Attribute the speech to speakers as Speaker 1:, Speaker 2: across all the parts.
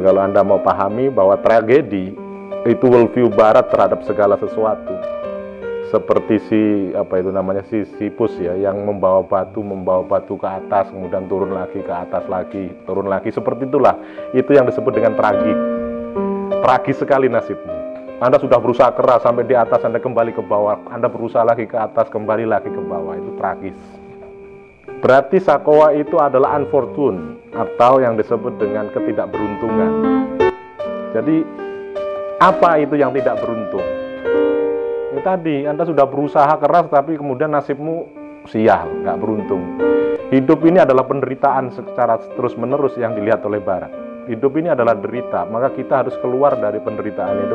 Speaker 1: Kalau Anda mau pahami bahwa tragedi itu worldview Barat terhadap segala sesuatu. Seperti Sisyphus ya, yang membawa batu ke atas, kemudian turun lagi ke atas lagi, turun lagi, seperti itulah. Itu yang disebut dengan tragik. Tragis sekali nasibmu. Anda sudah berusaha keras sampai di atas, Anda kembali ke bawah, Anda berusaha lagi ke atas, kembali lagi ke bawah, itu tragis. Berarti Sakoa itu adalah unfortune, atau yang disebut dengan ketidakberuntungan. Jadi, apa itu yang tidak beruntung? Tadi Anda sudah berusaha keras tapi kemudian nasibmu sial, nggak beruntung. Hidup ini adalah penderitaan secara terus menerus yang dilihat oleh Barat. Hidup ini adalah derita, maka kita harus keluar dari penderitaan itu.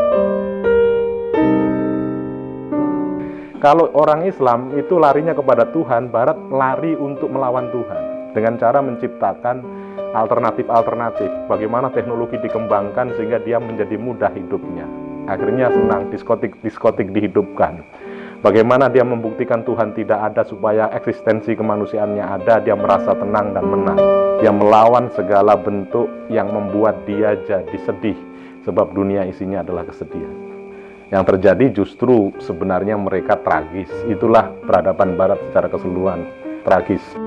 Speaker 1: Kalau orang Islam itu larinya kepada Tuhan, Barat lari untuk melawan Tuhan dengan cara menciptakan alternatif. Bagaimana teknologi dikembangkan sehingga dia menjadi mudah hidupnya. Akhirnya senang, diskotik dihidupkan. Bagaimana dia membuktikan Tuhan tidak ada supaya eksistensi kemanusiaannya ada, dia merasa tenang dan menang. Dia melawan segala bentuk yang membuat dia jadi sedih, sebab dunia isinya adalah kesedihan. Yang terjadi justru sebenarnya mereka tragis. Itulah peradaban Barat secara keseluruhan, tragis.